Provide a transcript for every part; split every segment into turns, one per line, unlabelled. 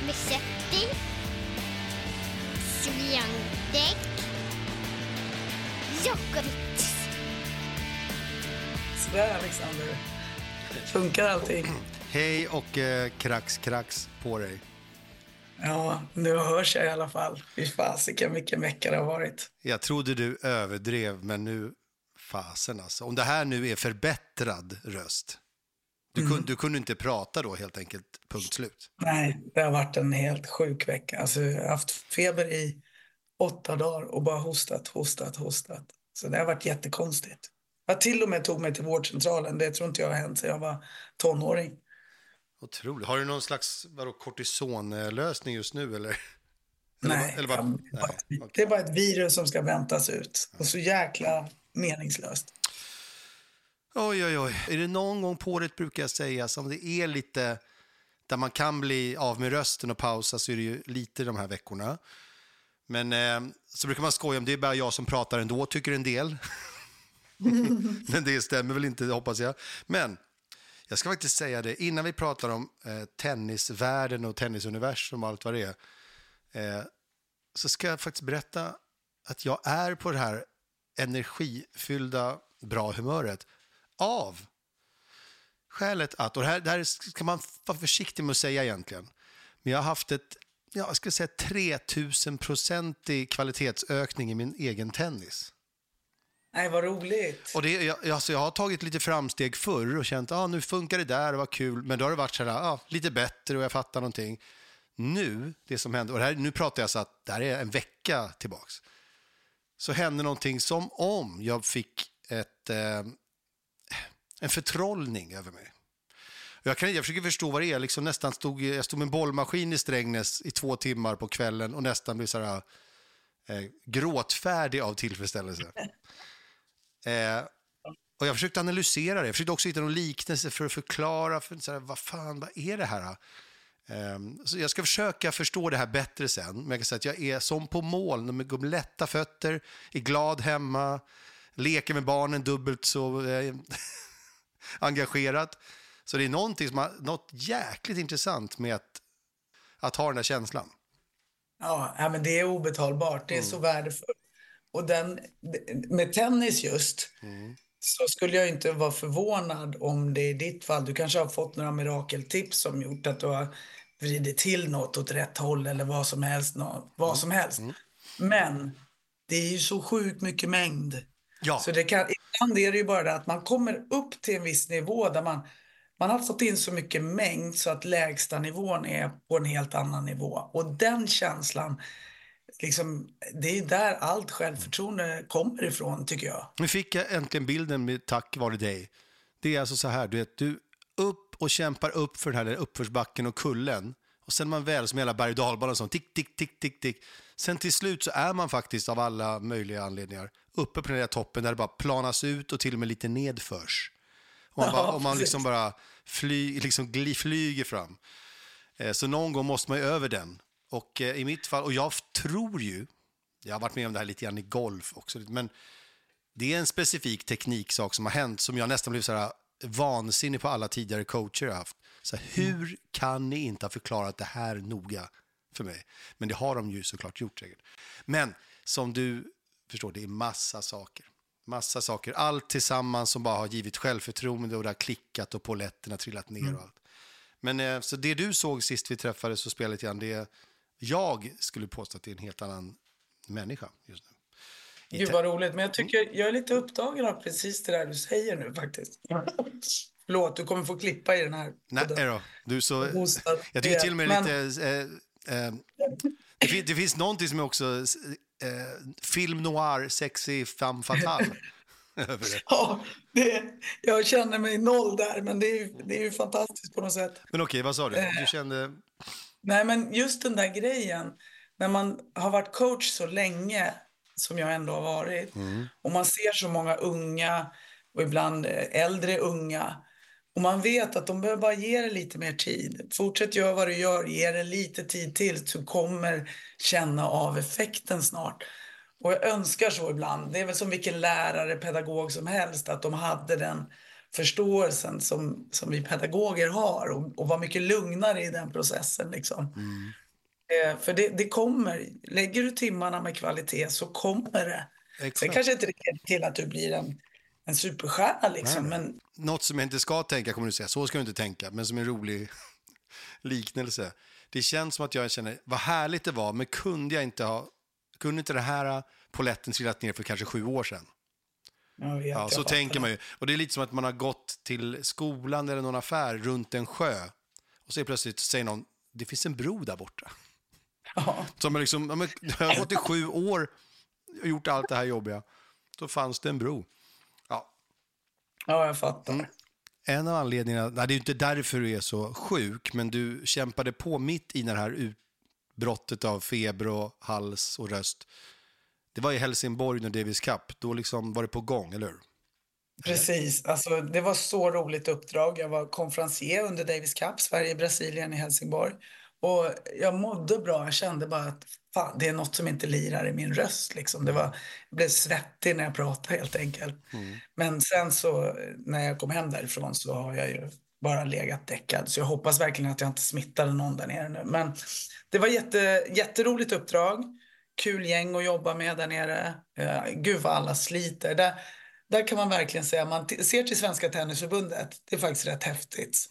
Musetti, Sviantec, Jokovic.
Sådär Alexander. Funkar allting?
Hej och krax på dig.
Ja, nu hörs jag i alla fall. Fy fasiken, vilken vecka det har varit.
Jag trodde du överdrev, men nu fasen alltså. Om det här nu är förbättrad röst. Du kunde inte prata då helt enkelt, punkt slut.
Nej, det har varit en helt sjuk vecka. Alltså, jag har haft feber i 8 dagar och bara hostat. Så det har varit jättekonstigt. Jag till och med tog mig till vårdcentralen. Det tror inte jag har hänt sedan jag var tonåring.
Otroligt. Har du någon slags kortisonlösning just nu eller?
Nej,
eller bara,
det är bara ett virus som ska väntas ut. Och så jäkla meningslöst.
Oj. Är det någon gång på det brukar jag säga som det är lite där man kan bli av med rösten och pausa, så är det ju lite de här veckorna. Men så brukar man skoja om det är bara jag som pratar ändå, tycker en del. Men det stämmer väl inte, hoppas jag. Men jag ska faktiskt säga det, innan vi pratar om tennisvärlden och tennisuniversum och allt vad det är, så ska jag faktiskt berätta att jag är på det här energifyllda bra humöret av skälet att, och det här ska man vara försiktig med att säga egentligen, men jag har haft jag skulle säga 3000% kvalitetsökning i min egen tennis.
Nej, vad roligt.
Och jag har tagit lite framsteg förr och känt nu funkar det där och vad kul, men då har det varit så här, lite bättre och jag fattar någonting. Nu, det som hände, och nu pratar jag så att det här är en vecka tillbaks, så hände någonting som om jag fick en förtrollning över mig. Jag försöker förstå vad det är. Liksom jag stod med en bollmaskin i Strängnäs i 2 timmar på kvällen och nästan blev så här gråtfärdig av tillfredsställelse. Och jag försökte analysera det. Jag försökte också hitta någon liknelse för att förklara vad är det här? Så jag ska försöka förstå det här bättre sen. Men jag kan säga att jag är som på moln med lätta fötter, är glad hemma, leker med barnen dubbelt så engagerat. Så det är något jäkligt intressant med att ha den här känslan.
Ja, men det är obetalbart. Det är så värdefullt. Och med tennis just, så skulle jag inte vara förvånad om det i ditt fall, du kanske har fått några mirakeltips som gjort att du har vridit till något åt rätt håll eller vad som helst. Men det är ju så sjukt mycket mängd.
Ja.
Så ibland är det ju bara det att man kommer upp till en viss nivå där man har fått in så mycket mängd så att lägsta nivån är på en helt annan nivå. Och den känslan, liksom, det är där allt självförtroende kommer ifrån, tycker jag.
Nu fick jag äntligen bilden med tack vare dig. Det är alltså så här, du upp och kämpar upp för den här uppförsbacken och kullen. Och sen man väl som hela berg- och dalbanan som tick, tick, tick, tick, tick. Sen till slut så är man faktiskt av alla möjliga anledningar uppe på den där toppen där det bara planas ut och till och med lite nedförs. Och man liksom bara flyger fram. Så någon gång måste man ju över den. Och i mitt fall, och jag tror ju, jag har varit med om det här lite grann i golf också, men det är en specifik tekniksak som har hänt som jag nästan blev så här vansinnig på alla tidigare coacher jag haft. Så hur kan ni inte ha förklarat det här noga för mig? Men det har de ju såklart gjort säkert. Men som du förstår, det är massa saker. Allt tillsammans som bara har givit självförtroende och det har klickat och polletterna trillat ner och allt. Men så det du såg sist vi träffades och spelade lite grann, det jag skulle påstå att det är en helt annan människa just nu.
Gud vad roligt, men jag tycker jag är lite upptagen av precis det där du säger nu faktiskt. Förlåt, du kommer få klippa i den här.
Nej då, du så... Jag tycker till och med lite... det finns någonting som är också film noir, sexy, femme fatale.
Ja, jag känner mig noll där, men det är ju fantastiskt på något sätt.
Men okej, vad sa du? Du kände...
Nej, men just den där grejen, när man har varit coach så länge som jag ändå har varit, och man ser så många unga och ibland äldre unga, och man vet att de behöver bara ge det lite mer tid. Fortsätt göra vad du gör, ge det lite tid till, så kommer känna av effekten snart. Och jag önskar så ibland, det är väl som vilken lärare, pedagog som helst, att de hade den förståelsen som vi pedagoger har och vara mycket lugnare i den processen liksom. För det kommer, lägger du timmarna med kvalitet så kommer det. Sen
Exakt.
kanske inte det leder till att du blir en superstjärna liksom,
Nej.
men
Något som jag inte ska tänka kommer du säga, så ska du inte tänka, men som en rolig liknelse. Det känns som att jag känner, vad härligt det var, men kunde inte det här poletten trillat ner för kanske 7 år sedan?
jag vet,
Ja,
jag
så
fattar.
tänker man ju. Och det är lite som att man har gått till skolan eller någon affär runt en sjö. Och så är plötsligt säger någon, det finns en bro där borta.
Ja.
Som är liksom, ja, men, jag har gått i 7 år och gjort allt det här jobbiga. Då fanns det en bro. Ja.
Ja, jag fattar.
En av anledningarna, nej, det är ju inte därför du är så sjuk, men du kämpade på mitt i det här utbrottet av feber och hals och röst. Det var i Helsingborg när Davis Cup, då liksom var det på gång, eller hur?
Precis, alltså det var så roligt uppdrag. Jag var konferencier under Davis Cup, Sverige-Brasilien i Helsingborg. Och jag mådde bra, jag kände bara att fan, det är något som inte lirar i min röst. Liksom. Jag blev svettig när jag pratade helt enkelt. Men sen så när jag kom hem därifrån så har jag ju bara legat däckad. Så jag hoppas verkligen att jag inte smittade någon där nere nu. Men det var jätteroligt uppdrag. Kul gäng att jobba med där nere. Gud vad alla sliter. Där kan man verkligen säga, man ser till Svenska Tennisförbundet, det är faktiskt rätt häftigt.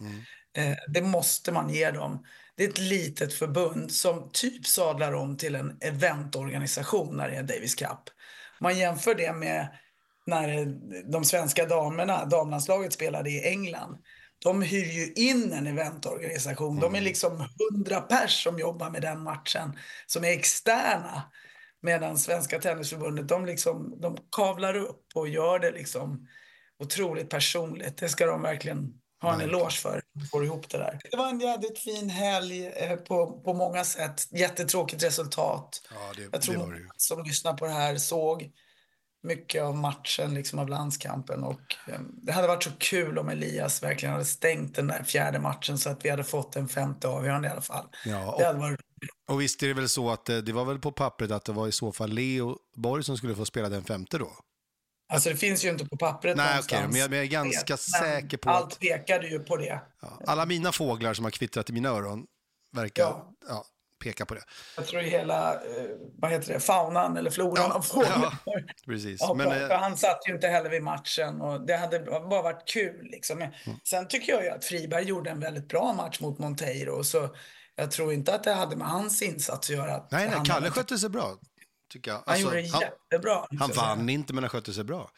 Det måste man ge dem. Det är ett litet förbund som typ sadlar om till en eventorganisation när det är Davis Cup. Man jämför det med när de svenska damlandslaget spelade i England. De hyr ju in en eventorganisation. De är liksom 100 pers som jobbar med den matchen, som är externa. Medan Svenska Tennisförbundet, de kavlar upp och gör det liksom otroligt personligt. Det ska de verkligen ha en eloge för. Får ihop det där. Det var en jävligt fin helg på många sätt. Jättetråkigt resultat.
Ja,
Jag tror
det var det ju.
som lyssnar på det här såg mycket av matchen, liksom av landskampen. Och det hade varit så kul om Elias verkligen hade stängt den där 4:e matchen så att vi hade fått en 5:e avgörande i alla fall.
Ja,
Det hade varit...
och visst är det väl så att det var väl på pappret att det var i så fall Leo Borg som skulle få spela den 5:e då?
Alltså det finns ju inte på pappret
Nej,
någonstans.
okej, men jag är ganska säker på
allt
att
pekade ju på det.
alla mina fåglar som har kvittrat i mina öron verkar peka på det.
Jag tror ju hela, vad heter det, faunan eller floran av fåglar.
Ja, precis.
Ja,
Men,
för han satt ju inte heller vid matchen och det hade bara varit kul liksom. Sen tycker jag ju att Friberg gjorde en väldigt bra match mot Monteiro, så jag tror inte att det hade med hans insats att göra.
nej, Kalle skötte sig bra, tycker jag.
Han gjorde det jättebra.
Han vann inte, men han skötte sig bra.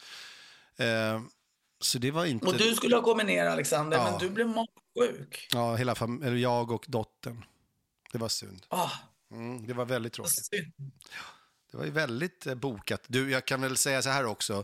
Så det var inte...
Och du skulle ha kommit ner, Alexander, men du blev magsjuk.
Ja, hela eller jag och dottern. Det var synd. Det var väldigt tråkigt. Det var ju väldigt bokat. Du, jag kan väl säga så här också.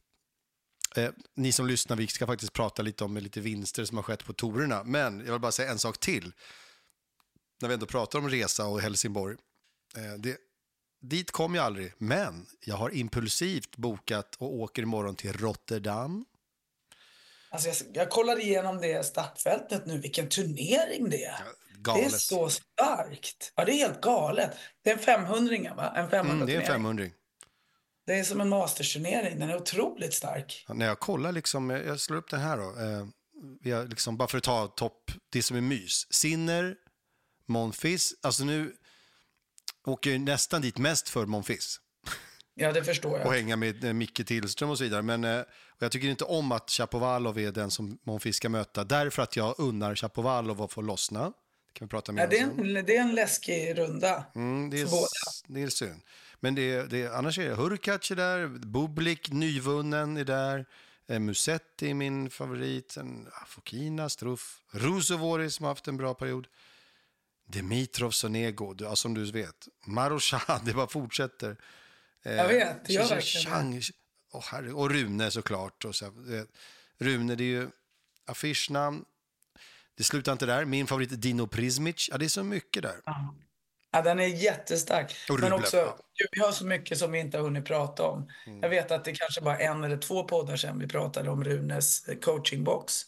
Ni som lyssnar, vi ska faktiskt prata lite om lite vinster som har skett på torerna. Men jag vill bara säga en sak till. När vi ändå pratar om resa och Helsingborg. Dit kom jag aldrig. Men jag har impulsivt bokat och åker imorgon till Rotterdam.
Alltså jag kollade igenom det startfältet nu. Vilken turnering det är.
Galet.
Det är så starkt. Ja, det är helt galet. Det är en 500, va? En 500
det är en 500.
Det är som en mastersturnering. Den är otroligt stark.
Ja, när jag kollar liksom, jag slår upp den här då. Vi har liksom, bara för att ta topp, det som är mys. Sinner, Monfils. Alltså nu åker jag nästan dit mest för Monfils.
Ja, det förstår jag.
Och hänga med Micke Tillström och så vidare. Men och jag tycker inte om att Chapovalov är den som Monfils ska möta. Därför att jag unnar Chapovalov att få lossna. Det kan vi prata mer om.
Det är en läskig runda.
Det är synd. Men annars är det Hurkacz är där, Bublik, nyvunnen är där, Musetti, min favorit, Fokina, Struff, Rusevori som har haft en bra period, Dimitrov, Sonego, som du vet, Marusha, det bara fortsätter.
Jag vet, jag verkligen.
Och Rune såklart. Och Rune, det är ju affischnamn. Det slutar inte där. Min favorit är Dino Prismic. Ja, det är så mycket där.
Ja, den är jättestark.
Och
men också, vi har så mycket som vi inte har hunnit prata om. Jag vet att det kanske bara 1 eller 2 poddar sedan vi pratade om Runes coachingbox.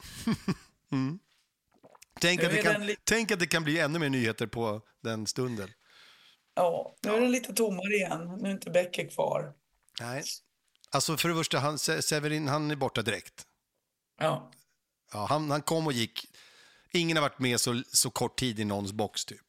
Tänk att det kan bli ännu mer nyheter på den stunden.
Ja, nu är den lite tommare igen. Nu är inte Becker kvar.
Nej. Alltså för det första, Severin, han är borta direkt.
Ja.
Ja, han kom och gick. Ingen har varit med så kort tid i någons box typ.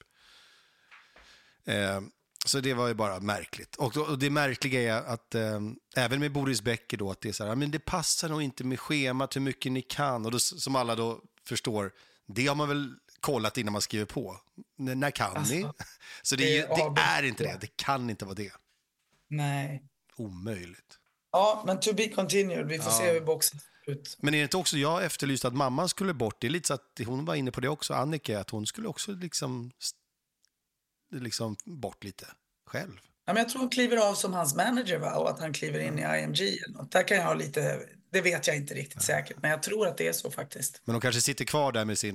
Så det var ju bara märkligt. Och det märkliga är att även med Boris Becker då, att det är så här, men det passar nog inte med schemat hur mycket ni kan. Och då, som alla då förstår, det har man väl kollat innan man skriver på. När kan ni? Så det är inte det. Det kan inte vara det.
Nej.
Omöjligt.
Ja, men to be continued. Vi får se hur boxen ser ut.
Men är det inte också, jag efterlyste att mamman skulle bort. Det är lite så att hon var inne på det också, Annika, att hon skulle också liksom bort lite själv.
Ja, men jag tror hon kliver av som hans manager, va? Och att han kliver in i IMG eller något. Där kan jag ha lite, det vet jag inte riktigt säkert, men jag tror att det är så faktiskt.
Men hon kanske sitter kvar där med sin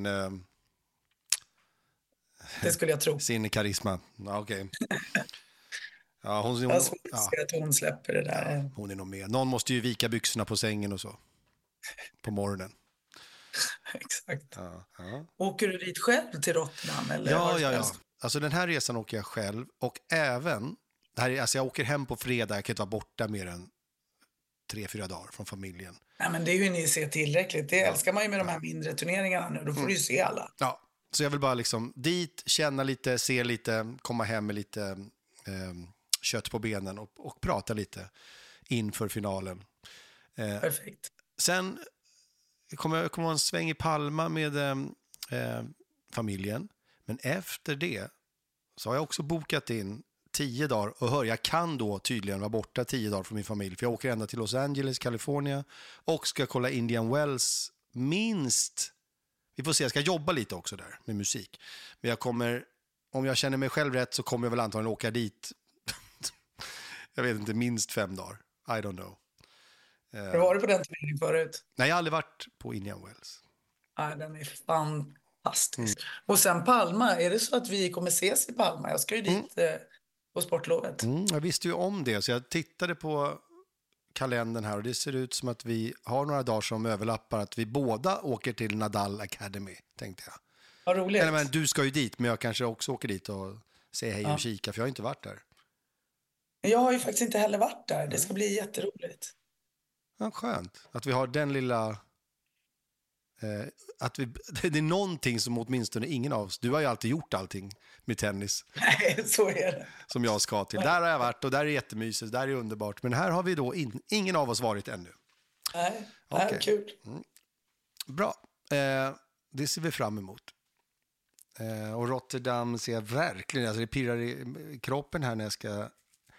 Det skulle jag tro.
sin karisma. Ja, okej. Ja, hon
Jag ser att hon släpper det där.
Ja, hon är nog med. Någon måste ju vika byxorna på sängen och så. På morgonen.
Exakt.
Ja.
Åker du dit själv till Rotterdam? Eller
Ja. Alltså den här resan åker jag själv. Och även, jag åker hem på fredag. Jag kan inte vara borta mer än 3-4 dagar från familjen.
Nej, men det är ju ni ser tillräckligt. Det älskar man ju med de här mindre turneringarna nu. Då får du ju se alla.
Ja, så jag vill bara liksom dit, känna lite, se lite, komma hem med lite kött på benen och prata lite inför finalen.
Perfekt.
Sen kommer jag en sväng i Palma med familjen. Men efter det så har jag också bokat in 10 dagar. Och jag kan då tydligen vara borta 10 dagar från min familj. För jag åker ända till Los Angeles, Kalifornien. Och ska kolla Indian Wells minst. Vi får se, jag ska jobba lite också där med musik. Men jag kommer, om jag känner mig själv rätt så kommer jag väl antagligen åka dit. Jag vet inte, minst 5 dagar. I don't know.
Har du varit på den turneringen förut?
Nej, jag har aldrig varit på Indian Wells.
Ja, den är fantastisk. Och sen Palma, är det så att vi kommer ses i Palma? Jag ska ju dit på sportlovet.
Jag visste ju om det, så jag tittade på kalendern här och det ser ut som att vi har några dagar som överlappar, att vi båda åker till Nadal Academy, tänkte jag.
Vad roligt.
Eller, men du ska ju dit, men jag kanske också åker dit och säger hej och kika, för jag har inte varit där.
Jag har ju faktiskt inte heller varit där. Det ska bli jätteroligt.
Ja, skönt att vi har den lilla... det är någonting som åtminstone ingen av oss... Du har ju alltid gjort allting med tennis.
Nej, så är det.
Som jag ska till. Där har jag varit och där är jättemysigt, där är underbart. Men här har vi då ingen av oss varit ännu.
Nej, det är kul.
Bra. Det ser vi fram emot. Och Rotterdam ser jag verkligen... Alltså det pirrar i kroppen här när jag ska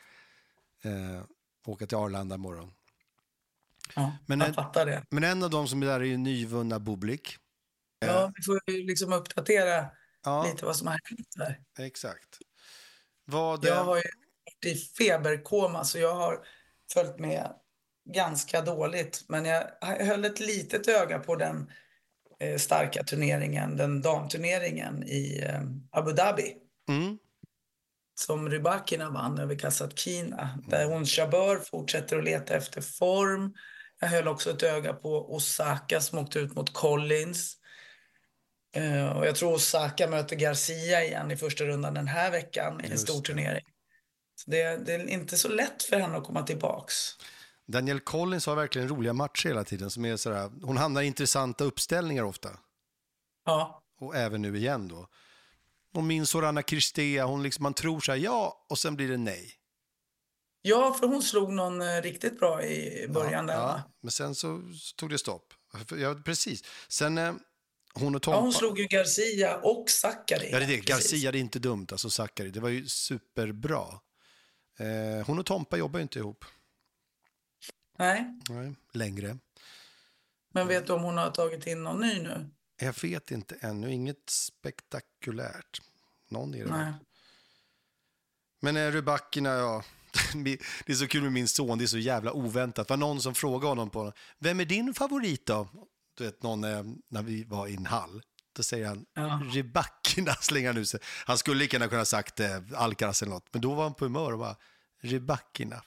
åka till Arlanda imorgon.
Ja, jag fattar det.
Men en av dem som är där är ju nyvunna Bublik.
Ja, vi får ju liksom uppdatera lite vad som har hänt där.
Exakt.
Jag har ju varit i feberkoma, så jag har följt med ganska dåligt. Men jag höll ett litet öga på den starka turneringen, den damturneringen i Abu Dhabi. Som Rybakina vann över Kasatkina. Där hon Jabeur fortsätter att leta efter form. Jag höll också ett öga på Osaka som åkte ut mot Collins. Och jag tror Osaka möter Garcia igen i första rundan den här veckan i en stor turnering. Så det är inte så lätt för henne att komma tillbaks.
Danielle Collins har verkligen roliga matcher hela tiden. Som är sådär, hon hamnar i intressanta uppställningar ofta.
Ja.
Och även nu igen då. Och min Sorana Cirstea, man tror så här ja och sen blir det nej.
Ja, för hon slog någon riktigt bra i början där.
Ja, men sen så tog det stopp. Ja, precis. Sen hon och Tompa.
Ja, hon slog ju Garcia och Sakkari.
Ja, det är det. Garcia, det är inte dumt. Alltså Sakkari, det var ju superbra. Hon och Tompa jobbar ju inte ihop.
Nej,
längre.
Men vet du om hon har tagit in någon ny nu?
Jag vet inte ännu. Inget spektakulärt. Någon är det.
Nej.
Men Rybakina, ja. Det är så kul med min son. Det är så jävla oväntat. Det var någon som frågade honom på vem är din favorit då? Du vet, någon när vi var i en hall. Då säger han Rybakina, slänger han ut sig. Han skulle lika gärna kunna ha sagt Alcaraz eller något. Men då var han på humör och bara Rybakina.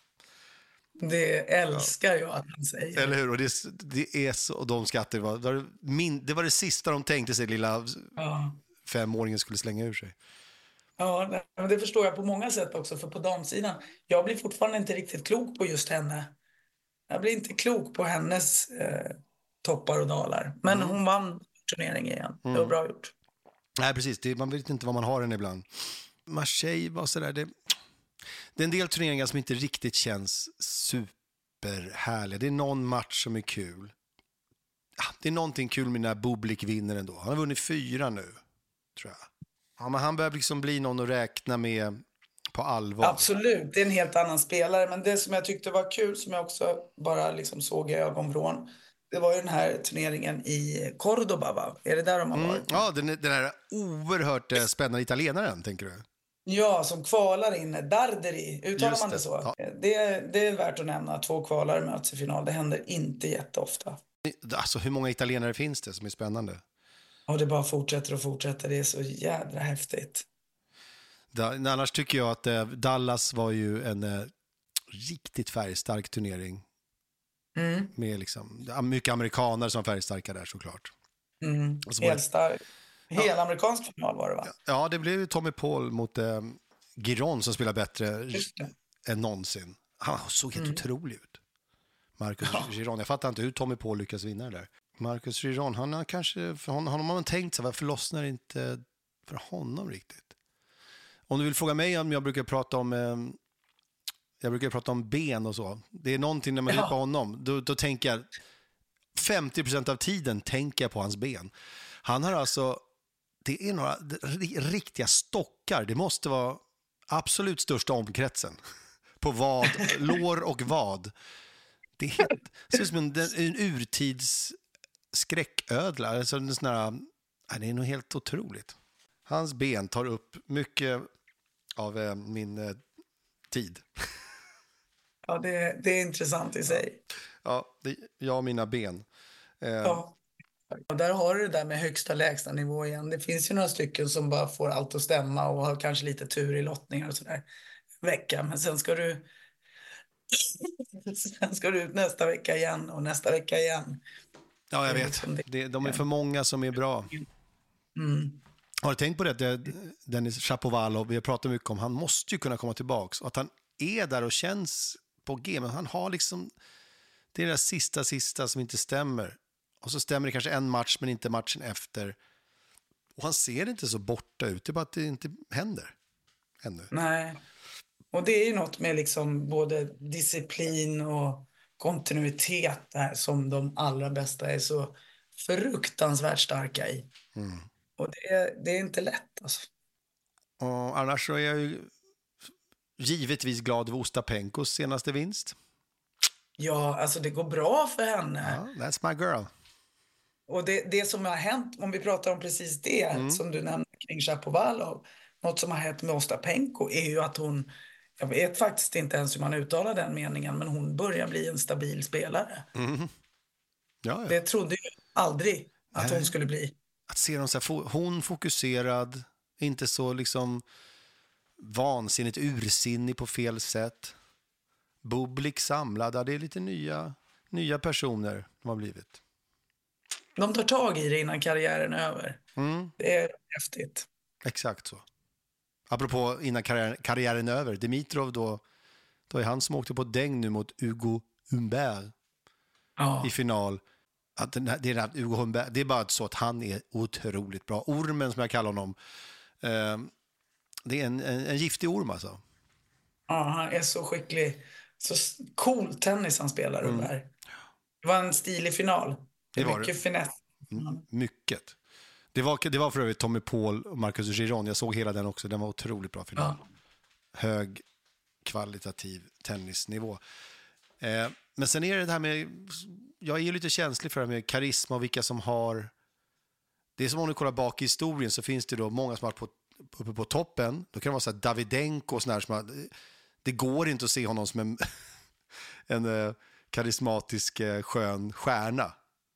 Det älskar jag att han säger.
Eller hur? Och det är så, och de skrattar. Det var det sista de tänkte sig lilla 5-åringen skulle slänga ur sig.
Ja, men det förstår jag på många sätt också. För på damsidan, jag blir fortfarande inte riktigt klok på just henne. Jag blir inte klok på hennes toppar och dalar. Men hon vann turneringen igen. Det var bra gjort.
Nej, precis. Man vet inte vad man har än ibland. Marseille var sådär. Det är en del turneringar som inte riktigt känns superhärliga. Det är någon match som är kul. Det är någonting kul med när Bublik vinner ändå. Han har vunnit 4 nu, tror jag. Ja, men han börjar liksom bli någon att räkna med på allvar.
Absolut, det är en helt annan spelare. Men det som jag tyckte var kul, som jag också bara liksom såg i ögonvrån, det var ju den här turneringen i Cordoba, va? Är det där de har varit?
Ja, den här oerhört spännande italienaren, tänker du?
Ja, som kvalar in. Darderi, uttalar man det så?
Ja.
Det är värt att nämna. 2 kvalare möts i final. Det händer inte jätteofta.
Alltså, hur många italienare finns det som är spännande?
Och det bara fortsätter och fortsätter. Det är så jädra häftigt.
Annars tycker jag att Dallas var ju en riktigt färgstark turnering. Med liksom, mycket amerikaner som färgstarka där, såklart.
Helt stark. Hela amerikansk final var det, va?
Ja, det blev ju Tommy Paul mot Giron som spelar bättre än någonsin. Han såg helt otrolig ut. Marcus Giron. Jag fattar inte hur Tommy Paul lyckas vinna det där. Marcus Giron, han har kanske, för honom har man tänkt sig, varför lossnar det inte för honom riktigt? Om du vill fråga mig om jag brukar prata om ben och så. Det är någonting när man tittar på honom. Då tänker jag 50% av tiden tänker jag på hans ben. Han har alltså, det är några riktiga stockar. Det måste vara absolut största omkretsen. På vad, lår och vad. Det är helt, ser ut som en urtids skräcködla. Alltså en sån här, det är nog helt otroligt. Hans ben tar upp mycket av min tid.
Ja, det är intressant i sig.
Ja, jag och mina ben.
Ja. Och där har du det där med högsta lägsta nivå igen. Det finns ju några stycken som bara får allt att stämma och har kanske lite tur i lottningar och sådär. Vecka, men sen ska du ut nästa vecka igen och nästa vecka igen.
Ja, jag vet. De är för många som är bra. Har du tänkt på det? Dennis Shapovalov, vi har pratat mycket om, han måste ju kunna komma tillbaka. Och att han är där och känns på G, men han har liksom, det är det där sista som inte stämmer. Och så stämmer det kanske en match, men inte matchen efter. Och han ser inte så borta ut, det är bara att det inte händer ännu.
Nej, och det är ju något med liksom både disciplin och kontinuitet där som de allra bästa är så fruktansvärt starka i. Och det är inte lätt alltså.
Och annars så är jag ju givetvis glad över Ostapenkos senaste vinst.
Ja, alltså det går bra för henne.
Ja, that's my girl.
Och det som har hänt, om vi pratar om precis det som du nämnde kring Shapovalov, något som har hänt med Ostapenko är ju att hon, jag vet faktiskt inte ens hur man uttalar den meningen, men hon börjar bli en stabil spelare.
Ja.
Det trodde jag aldrig att hon skulle bli.
Att se dem så här, hon fokuserad, inte så liksom vansinnigt ursinnig på fel sätt. Bublik samlad, det är lite nya personer de har blivit.
De tar tag i det innan karriären är över. Det är häftigt.
Exakt så. Apropå innan karriären är över, Dimitrov då är han som åkte på däng nu mot Hugo Humbert i final. Att Hugo Humbert, det är bara så att han är otroligt bra. Ormen som jag kallar honom, det är en giftig orm alltså.
Ja, han är så skicklig. Så cool tennis han spelar där. Det var en stilig final. Det var mycket finess.
Mycket. Det var för övrigt Tommy Paul och Marcus Giron. Jag såg hela den också. Den var otroligt bra final. Hög kvalitativ tennisnivå. Men sen är det här med, jag är ju lite känslig för det här med karisma och vilka som har, det är som om du kollar bak i historien så finns det då många som har varit uppe på toppen. Då kan det vara så här Davidenko och sån här som det går inte att se honom som en karismatisk skön stjärna.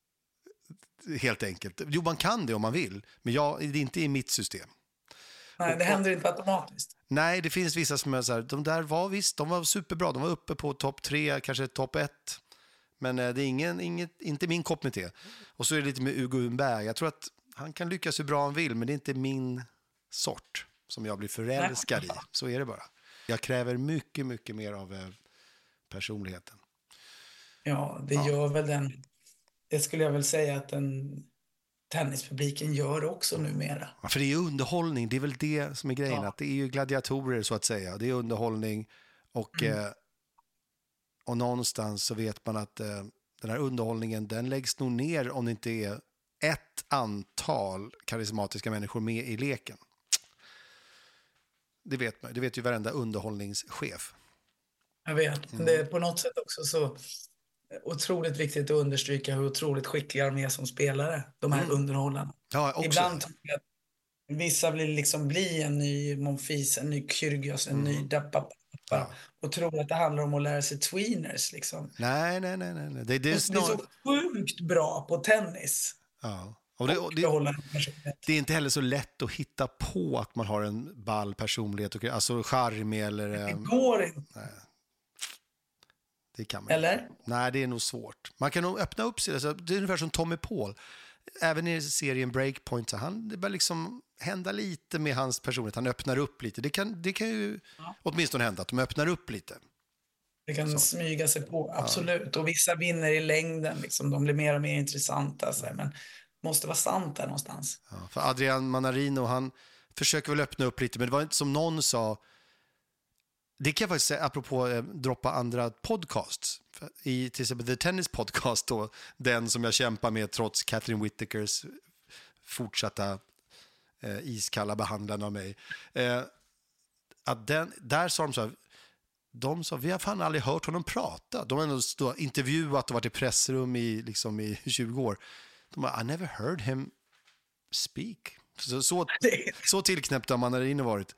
Helt enkelt. Jo, man kan det om man vill, men det är inte i mitt system.
Nej, det händer inte automatiskt.
Nej, det finns vissa som är så här, de där var visst, de var superbra, de var uppe på topp 3, kanske topp 1. Men det är inte min kopp med te. Och så är det lite med Hugo Humbert. Jag tror att han kan lyckas hur bra han vill, men det är inte min sort som jag blir förälskad i. Så är det bara. Jag kräver mycket, mycket mer av personligheten.
Ja, det gör väl den. det skulle jag väl säga att tennispubliken gör också numera.
Ja, för det är ju underhållning, det är väl det som är grejen.
Ja.
Att det är ju gladiatorer så att säga. Det är underhållning och någonstans så vet man att den här underhållningen, den läggs nog ner om det inte är ett antal karismatiska människor med i leken. Det vet man. Det vet ju varenda underhållningschef.
Jag vet, men det är på något sätt också så otroligt viktigt att understryka hur otroligt skickliga de är som spelare, de här underhållarna.
Ja, också.
Ibland tror jag att vissa vill liksom bli en ny Monfils, en ny Kyrgios, en ny Dappa och tror att det handlar om att lära sig tweeners liksom.
Nej. Det är
så sjukt bra på tennis.
Ja. Och det är inte heller så lätt att hitta på att man har en ball personlighet, alltså charmig eller...
Det går inte.
Nej. Det kan man
eller?
Inte. Nej, det är nog svårt. Man kan nog öppna upp sig. Alltså, det är ungefär som Tommy Paul. Även i serien Breakpoint så det börjar liksom hända lite med hans personlighet. Han öppnar upp lite. Det kan ju åtminstone hända att de öppnar upp lite.
Det kan smyga sig på, absolut. Och vissa vinner i längden. Liksom. De blir mer och mer intressanta. Så här. Men det måste vara sant där någonstans.
Ja, för Adrian Manarino, han försöker väl öppna upp lite. Men det var inte som någon sa. Det kan jag faktiskt säga, apropå droppa andra podcasts. I till exempel The Tennis Podcast, då, den som jag kämpar med trots Catherine Whittakers fortsatta iskalla behandlande av mig. Att där sa de så här, vi har fan aldrig hört honom prata. De har ändå intervjuat och varit i pressrum i 20 år. De har, I never heard him speak. Så tillknäppt har man varit.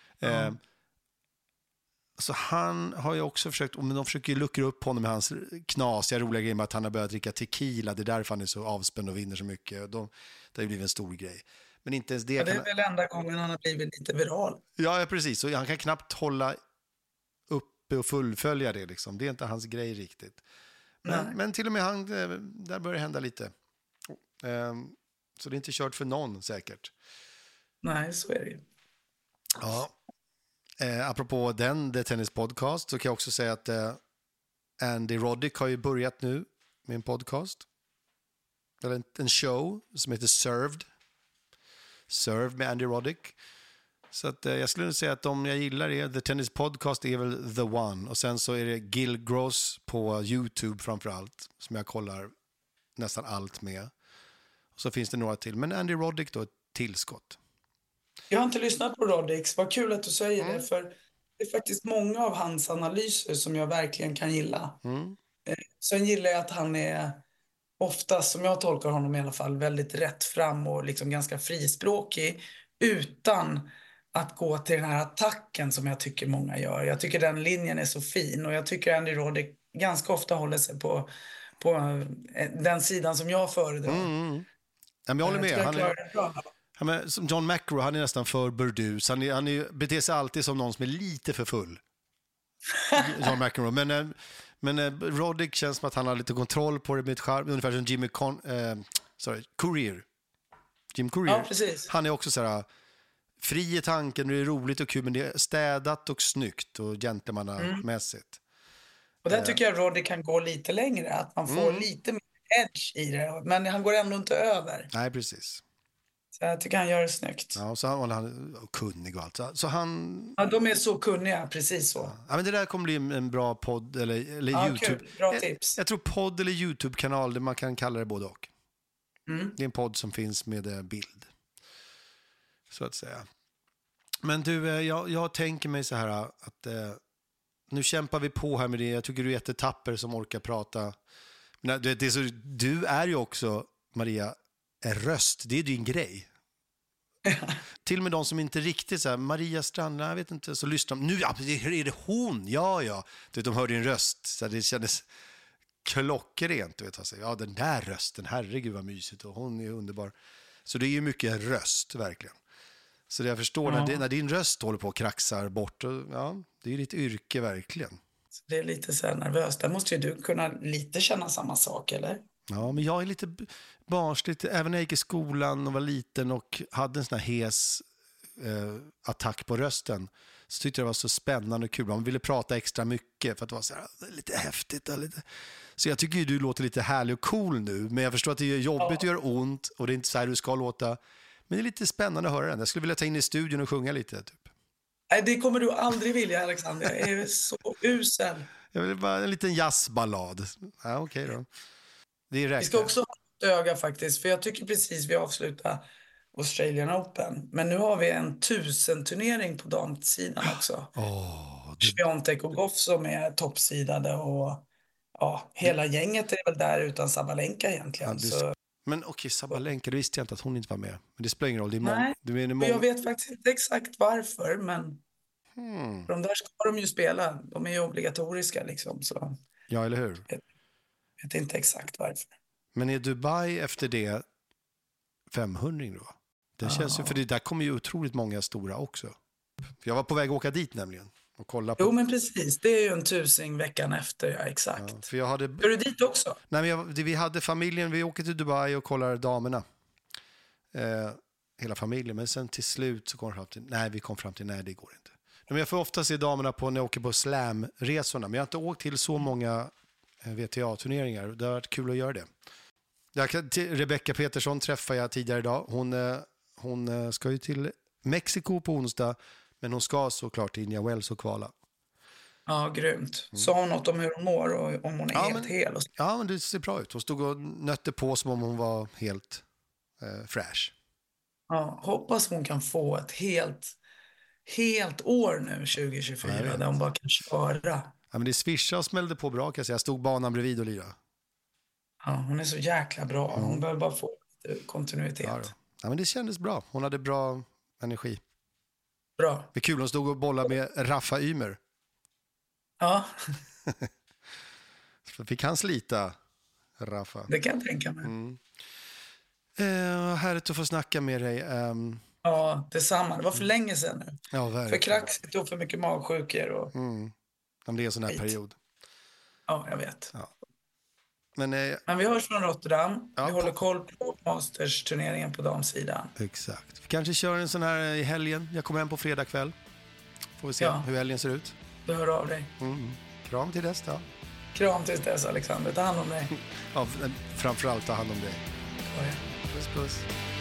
Så han har ju också försökt, men de försöker ju luckra upp honom med hans knasiga, roliga grejer med att han har börjat dricka tequila. Det är därför han är så avspänd och vinner så mycket. Det har ju blivit en stor grej. Men inte ens det.
Det är väl enda gången han har blivit lite viral.
Ja, precis. Och han kan knappt hålla uppe och fullfölja det. Liksom. Det är inte hans grej riktigt. Men till och med han, där börjar det hända lite. Så det är inte kört för någon säkert.
Nej, så är det ju.
Ja. Apropå The Tennis Podcast så kan jag också säga att Andy Roddick har ju börjat nu med en podcast. Eller en show som heter Served med Andy Roddick. Så att jag skulle säga att om jag gillar det, The Tennis Podcast är väl the one. Och sen så är det Gil Gross på YouTube framförallt som jag kollar nästan allt med. Och så finns det några till. Men Andy Roddick då, ett tillskott.
Jag har inte lyssnat på Roddicks. Vad kul att du säger det. För det är faktiskt många av hans analyser som jag verkligen kan gilla. Sen gillar jag att han är ofta, som jag tolkar honom i alla fall, väldigt rätt fram och liksom ganska frispråkig. Utan att gå till den här attacken som jag tycker många gör. Jag tycker den linjen är så fin. Och jag tycker Andy Roddick ganska ofta håller sig på den sidan som jag föredrar.
Jag håller med. Som John McEnroe, han är nästan för burdus. Han beter sig alltid som någon som är lite för full. John McEnroe. Men Roddick känns som att han har lite kontroll på det med ett charm. Ungefär som Courier. Jim Courier.
Ja, precis.
Han är också så här fri i tanken, det är roligt och kul, men det är städat och snyggt och gentlemannamässigt.
Och där tycker jag Roddick kan gå lite längre. Att man får lite mer edge i det. Men han går ändå inte över.
Nej, precis.
Så jag tycker han gör det snyggt.
Ja, så han är kunnig och allt. Så han...
Ja, de är så kunniga, precis så.
Ja, men det där kommer bli en bra podd eller YouTube.
Kul. Bra tips.
Jag tror podd eller YouTube-kanal, där man kan kalla det både och. Det är en podd som finns med bild. Så att säga. Men du, jag tänker mig så här att nu kämpar vi på här med det. Jag tycker du är jättetapper som orkar prata. Men du är ju också, Maria, en röst. Det är din grej. Till och med de som inte riktigt så här, Maria Strand, jag vet inte, så lyssnar de. Nu är det hon, ja. Du vet, de hör din röst. Så det kändes klockrent. Du vet, alltså. Ja, den där rösten, herregud vad mysigt. Och hon är underbar. Så det är ju mycket röst, verkligen. Så det jag förstår, när din röst håller på och kraxar bort. Och, ja, det är ditt yrke, verkligen.
Så det är lite så här nervöst. Där måste ju du kunna lite känna samma sak, eller?
Ja, men jag är lite barnsligt. Även när jag gick i skolan och var liten och hade en sån här hes attack på rösten, så tyckte jag det var så spännande och kul. Man ville prata extra mycket för att det var så här, lite häftigt. Och lite... Så jag tycker ju du låter lite härlig och cool nu, men jag förstår att det är jobbigt och gör ont och det är inte så här du ska låta. Men det är lite spännande att höra den. Jag skulle vilja ta in i studion och sjunga lite. Typ.
Nej, det kommer du aldrig vilja, Alexander. Jag är så usel.
Jag vill bara en liten jazzballad. Ja, okej då. Det är rätt.
Vi ska också ha ett öga faktiskt, för jag tycker precis vi avslutar Australian Open. Men nu har vi en 1000-turnering på damsidan också. Swiatek och Goff som är toppsidade och ja, hela gänget är väl där utan Sabalenka egentligen. Så...
Men okej, Sabalenka, det visste jag inte att hon inte var med. Men det spelar ingen roll, det är
Nej, och jag vet faktiskt inte exakt varför, men de där ska de ju spela. De är ju obligatoriska liksom. Så...
Ja, eller hur?
Jag vet inte exakt varför.
Men är Dubai efter det 500 då? Det känns ju, för det där kommer ju otroligt många stora också. För jag var på väg att åka dit nämligen. Och kolla på...
Jo, men precis. Det är ju en 1000 veckan efter, ja, exakt.
Ja, för jag hade...
Är du dit också?
Nej, men vi hade familjen, vi åker till Dubai och kollar damerna. Hela familjen, men sen till slut så kom vi kom fram till, nej det går inte. Men jag får ofta se damerna när jag åker på slam-resorna, men jag har inte åkt till så många VTA-turneringar. Det har varit kul att göra det. Rebecca Petersson träffade jag tidigare idag. Hon ska ju till Mexiko på onsdag, men hon ska såklart till Indian Wells och kvala.
Ja, grymt. Sa hon något om hur hon mår och om hon är helt hel? Och så?
Ja, men det ser bra ut. Hon stod och nötte på som om hon var helt fresh.
Ja, hoppas hon kan få ett helt år nu 2024 där hon bara kan köra.
Ja, men det svischa och smällde på bra kan jag säga. Jag stod banan bredvid och lirade.
Ja, hon är så jäkla bra. Hon behöver bara få kontinuitet.
Ja, men det kändes bra. Hon hade bra energi.
Bra.
Det är kul, hon stod och bollade med Rafa Ymer.
Ja.
Så fick han slita, Rafa.
Det kan jag tänka mig.
Härligt att få snacka med dig.
Ja, detsamma. Det var för länge sedan nu.
Ja, verkligen.
För kraxigt och för mycket magsjukor. Och...
Det är en sån här period.
Ja, jag vet.
Ja.
Men vi hörs från Rotterdam. Vi håller koll på Masters-turneringen på damsidan.
Exakt. Vi kanske kör en sån här i helgen. Jag kommer hem på fredag kväll. Får vi se hur helgen ser ut.
Du hör av dig.
Kram till dess då.
Kram till dess, Alexander. Ta hand om dig.
Ja, framförallt ta hand om dig.
Ja.
Puss, puss.